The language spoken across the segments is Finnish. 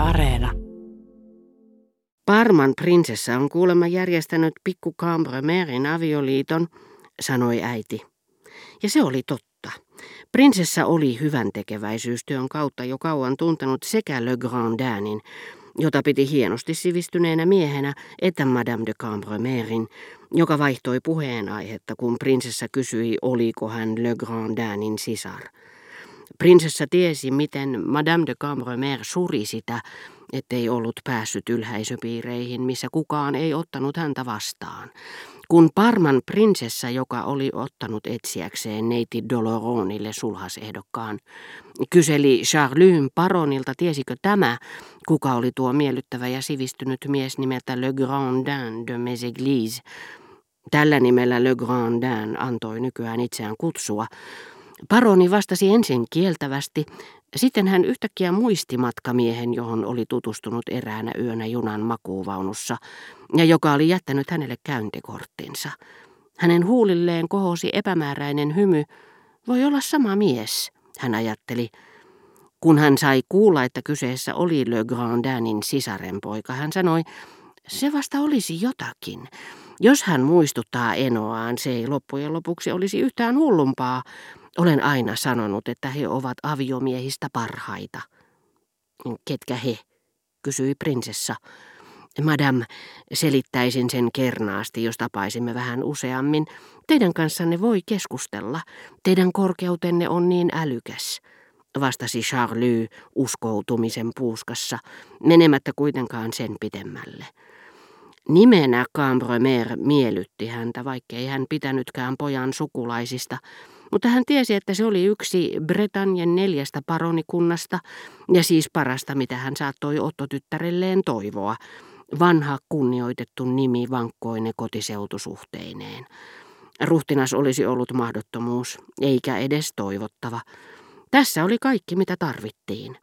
Areena. Parman prinsessa on kuulemma järjestänyt pikku Cambremerin avioliiton, sanoi äiti. Ja se oli totta. Prinsessa oli hyväntekeväisyystyön kautta jo kauan tuntenut sekä Le Grandanin, jota piti hienosti sivistyneenä miehenä, että Madame de Cambremerin, joka vaihtoi puheenaihetta, kun prinsessa kysyi, oliko hän Le Grandanin sisar. Prinsessa tiesi, miten Madame de Cambremer suri sitä, ettei ollut päässyt ylhäisöpiireihin, missä kukaan ei ottanut häntä vastaan. Kun Parman prinsessa, joka oli ottanut etsiäkseen neiti Doloronille sulhasehdokkaan, kyseli Charlyn baronilta, tiesikö tämä, kuka oli tuo miellyttävä ja sivistynyt mies nimeltä Le Grandin de Méséglise. Tällä nimellä Le Grandin antoi nykyään itseään kutsua. Baroni vastasi ensin kieltävästi, sitten hän yhtäkkiä muisti matkamiehen, johon oli tutustunut eräänä yönä junan makuuvaunussa, ja joka oli jättänyt hänelle käyntikorttinsa. Hänen huulilleen kohosi epämääräinen hymy. Voi olla sama mies, hän ajatteli. Kun hän sai kuulla, että kyseessä oli Le Grandinin sisarenpoika, hän sanoi, se vasta olisi jotakin. Jos hän muistuttaa enoaan, se ei loppujen lopuksi olisi yhtään hullumpaa. Olen aina sanonut, että he ovat aviomiehistä parhaita. Ketkä he? Kysyi prinsessa. Madame, selittäisin sen kernaasti, jos tapaisimme vähän useammin. Teidän kanssanne voi keskustella. Teidän korkeutenne on niin älykäs, vastasi Charly uskoutumisen puuskassa, menemättä kuitenkaan sen pidemmälle. Nimenä Cambremer miellytti häntä, vaikkei hän pitänytkään pojan sukulaisista, mutta hän tiesi, että se oli yksi Bretagnen 4 baronikunnasta ja siis parasta, mitä hän saattoi Otto-tyttärelleen toivoa. Vanha kunnioitettu nimi vankkoine kotiseutusuhteineen. Ruhtinas olisi ollut mahdottomuus, eikä edes toivottava. Tässä oli kaikki, mitä tarvittiin.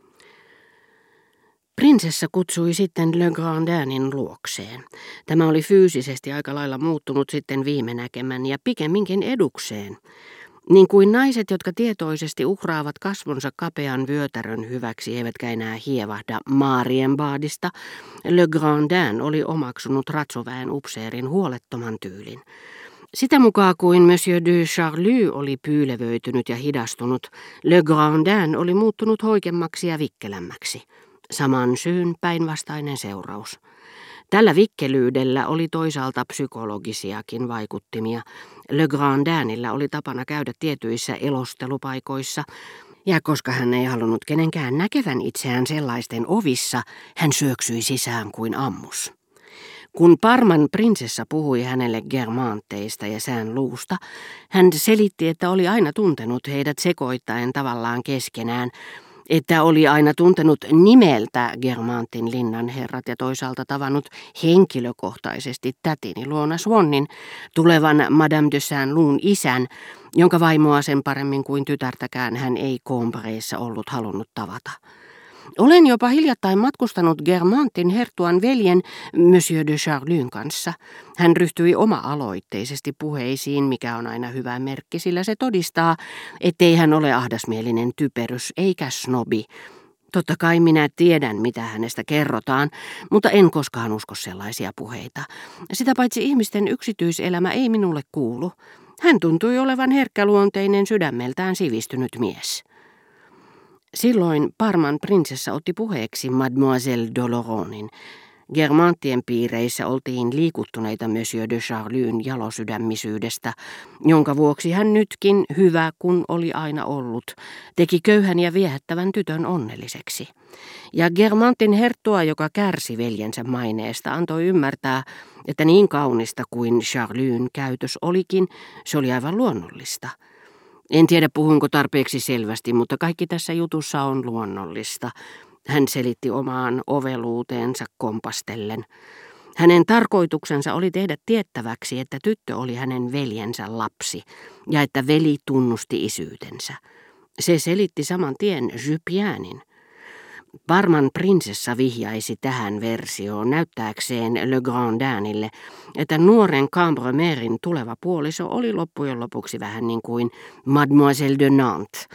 Prinsessa kutsui sitten Le Grandinin luokseen. Tämä oli fyysisesti aika lailla muuttunut sitten viime näkemän ja pikemminkin edukseen. Niin kuin naiset, jotka tietoisesti uhraavat kasvonsa kapean vyötärön hyväksi, eivätkä enää hievahda Marienbadista, Le Grandin oli omaksunut ratsoväen upseerin huolettoman tyylin. Sitä mukaan kuin Monsieur de Charly oli pyylevöitynyt ja hidastunut, Le Grandin oli muuttunut hoikemmaksi ja vikkelämmäksi. Saman syyn päinvastainen seuraus. Tällä vikkelyydellä oli toisaalta psykologisiakin vaikuttimia. Le Grandinillä oli tapana käydä tietyissä elostelupaikoissa, ja koska hän ei halunnut kenenkään näkevän itseään sellaisten ovissa, hän syöksyi sisään kuin ammus. Kun Parman prinsessa puhui hänelle Guermanteista ja Saint-Lousta, hän selitti, että oli aina tuntenut heidät sekoittaen tavallaan keskenään, että oli aina tuntenut nimeltä Guermantin linnan herrat ja toisaalta tavannut henkilökohtaisesti tätini luona Swannin, tulevan Madame de Saint-Loun isän, jonka vaimoa sen paremmin kuin tytärtäkään hän ei Combreissa ollut halunnut tavata. Olen jopa hiljattain matkustanut Guermantin herttuan veljen Monsieur de Charlyn kanssa. Hän ryhtyi oma-aloitteisesti puheisiin, mikä on aina hyvä merkki, sillä se todistaa, ettei hän ole ahdasmielinen typerys eikä snobi. Totta kai minä tiedän, mitä hänestä kerrotaan, mutta en koskaan usko sellaisia puheita. Sitä paitsi ihmisten yksityiselämä ei minulle kuulu. Hän tuntui olevan herkkäluonteinen, sydämeltään sivistynyt mies. Silloin Parman prinsessa otti puheeksi Mademoiselle Doloronin. Guermantien piireissä oltiin liikuttuneita Monsieur de Charlyn jalosydämisyydestä, jonka vuoksi hän nytkin, hyvä kun oli aina ollut, teki köyhän ja viehättävän tytön onnelliseksi. Ja Guermantin herttua, joka kärsi veljensä maineesta, antoi ymmärtää, että niin kaunista kuin Charlyn käytös olikin, se oli aivan luonnollista. En tiedä puhunko tarpeeksi selvästi, mutta kaikki tässä jutussa on luonnollista, hän selitti omaan oveluuteensa kompastellen. Hänen tarkoituksensa oli tehdä tiettäväksi, että tyttö oli hänen veljensä lapsi ja että veli tunnusti isyytensä. Se selitti saman tien Jupienin. Parman prinsessa vihjaisi tähän versioon näyttääkseen Le Grandinille, että nuoren Cambremerin tuleva puoliso oli loppujen lopuksi vähän niin kuin Mademoiselle de Nantes,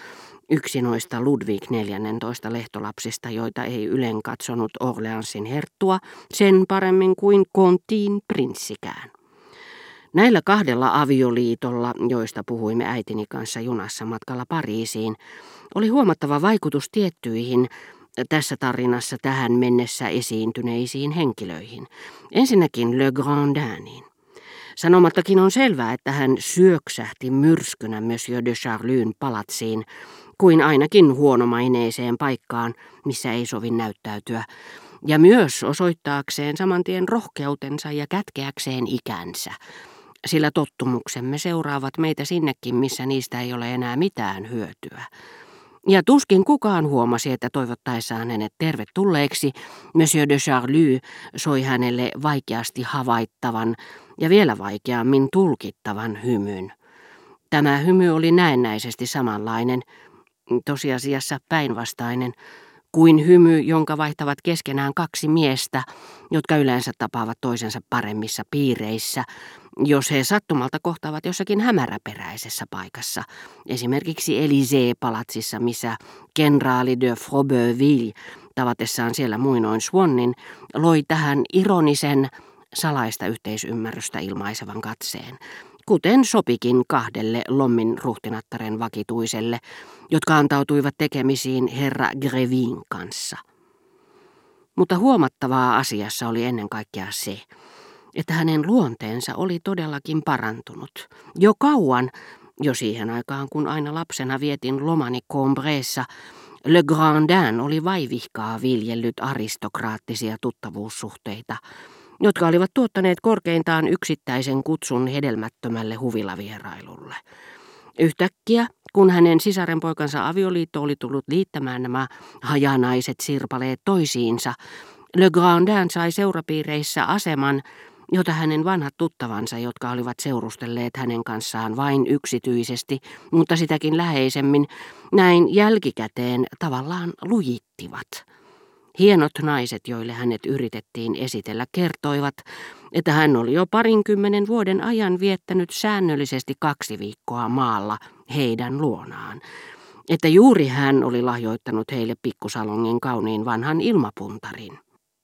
yksi noista Ludwig 14 lehtolapsista, joita ei ylen katsonut Orleansin herttua sen paremmin kuin Contin prinssikään. Näillä kahdella avioliitolla, joista puhuimme äitini kanssa junassa matkalla Pariisiin, oli huomattava vaikutus tiettyihin tässä tarinassa tähän mennessä esiintyneisiin henkilöihin. Ensinnäkin Le Grandiniin. Sanomattakin on selvää, että hän syöksähti myrskynä Monsieur de Charlyn palatsiin, kuin ainakin huonomaineeseen paikkaan, missä ei sovi näyttäytyä, ja myös osoittaakseen samantien rohkeutensa ja kätkeäkseen ikänsä, sillä tottumuksemme seuraavat meitä sinnekin, missä niistä ei ole enää mitään hyötyä. Ja tuskin kukaan huomasi, että toivottaessaan hänet tervetulleeksi, Monsieur de Charly soi hänelle vaikeasti havaittavan ja vielä vaikeammin tulkittavan hymyn. Tämä hymy oli näennäisesti samanlainen, tosiasiassa päinvastainen, kuin hymy, jonka vaihtavat keskenään kaksi miestä, jotka yleensä tapaavat toisensa paremmissa piireissä, jos he sattumalta kohtaavat jossakin hämäräperäisessä paikassa, esimerkiksi Élysée-palatsissa, missä kenraali de Froberville, tavatessaan siellä muinoin Swannin, loi tähän ironisen, salaista yhteisymmärrystä ilmaisevan katseen, kuten sopikin kahdelle Lommin ruhtinattaren vakituiselle, jotka antautuivat tekemisiin herra Grevin kanssa. Mutta huomattavaa asiassa oli ennen kaikkea se, että hänen luonteensa oli todellakin parantunut. Jo kauan, jo siihen aikaan kun aina lapsena vietin lomani Combreessa, Le Grandin oli vaivihkaa viljellyt aristokraattisia tuttavuussuhteita, jotka olivat tuottaneet korkeintaan yksittäisen kutsun hedelmättömälle huvilavierailulle. Yhtäkkiä, kun hänen sisarenpoikansa avioliitto oli tullut liittämään nämä hajanaiset sirpaleet toisiinsa, Le Grandin sai seurapiireissä aseman, jota hänen vanhat tuttavansa, jotka olivat seurustelleet hänen kanssaan vain yksityisesti, mutta sitäkin läheisemmin, näin jälkikäteen tavallaan lujittivat. Hienot naiset, joille hänet yritettiin esitellä, kertoivat, että hän oli jo 20 vuoden ajan viettänyt säännöllisesti 2 viikkoa maalla heidän luonaan, että juuri hän oli lahjoittanut heille pikkusalongin kauniin vanhan ilmapuntarin.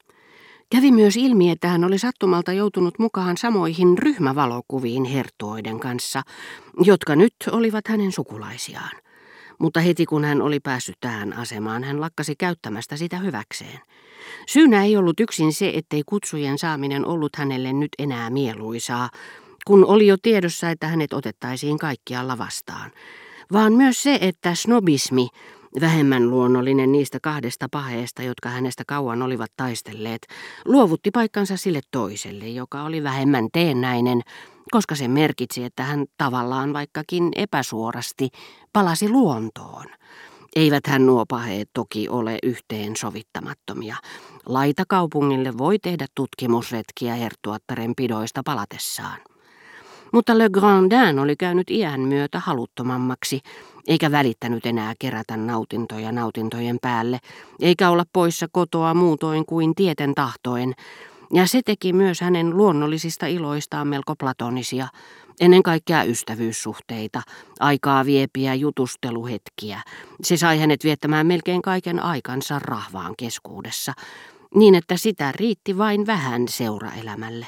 Kävi myös ilmi, että hän oli sattumalta joutunut mukaan samoihin ryhmävalokuviin herttuoiden kanssa, jotka nyt olivat hänen sukulaisiaan. Mutta heti kun hän oli päässyt tähän asemaan, hän lakkasi käyttämästä sitä hyväkseen. Syynä ei ollut yksin se, ettei kutsujen saaminen ollut hänelle nyt enää mieluisaa, kun oli jo tiedossa, että hänet otettaisiin kaikkialla vastaan, vaan myös se, että snobismi, vähemmän luonnollinen niistä 2 paheesta, jotka hänestä kauan olivat taistelleet, luovutti paikkansa sille toiselle, joka oli vähemmän teennäinen, koska se merkitsi, että hän tavallaan vaikkakin epäsuorasti palasi luontoon. Eivät hän nuo paheet toki ole yhteen sovittamattomia. Laitakaupungille voi tehdä tutkimusretkiä herttuattaren pidoista palatessaan. Mutta Le Grandin oli käynyt iän myötä haluttomammaksi, eikä välittänyt enää kerätä nautintoja nautintojen päälle, eikä olla poissa kotoa muutoin kuin tieten tahtoen, ja se teki myös hänen luonnollisista iloistaan melko platonisia, ennen kaikkea ystävyyssuhteita, aikaa viepiä jutusteluhetkiä. Se sai hänet viettämään melkein kaiken aikansa rahvaan keskuudessa, niin että sitä riitti vain vähän seuraelämälle.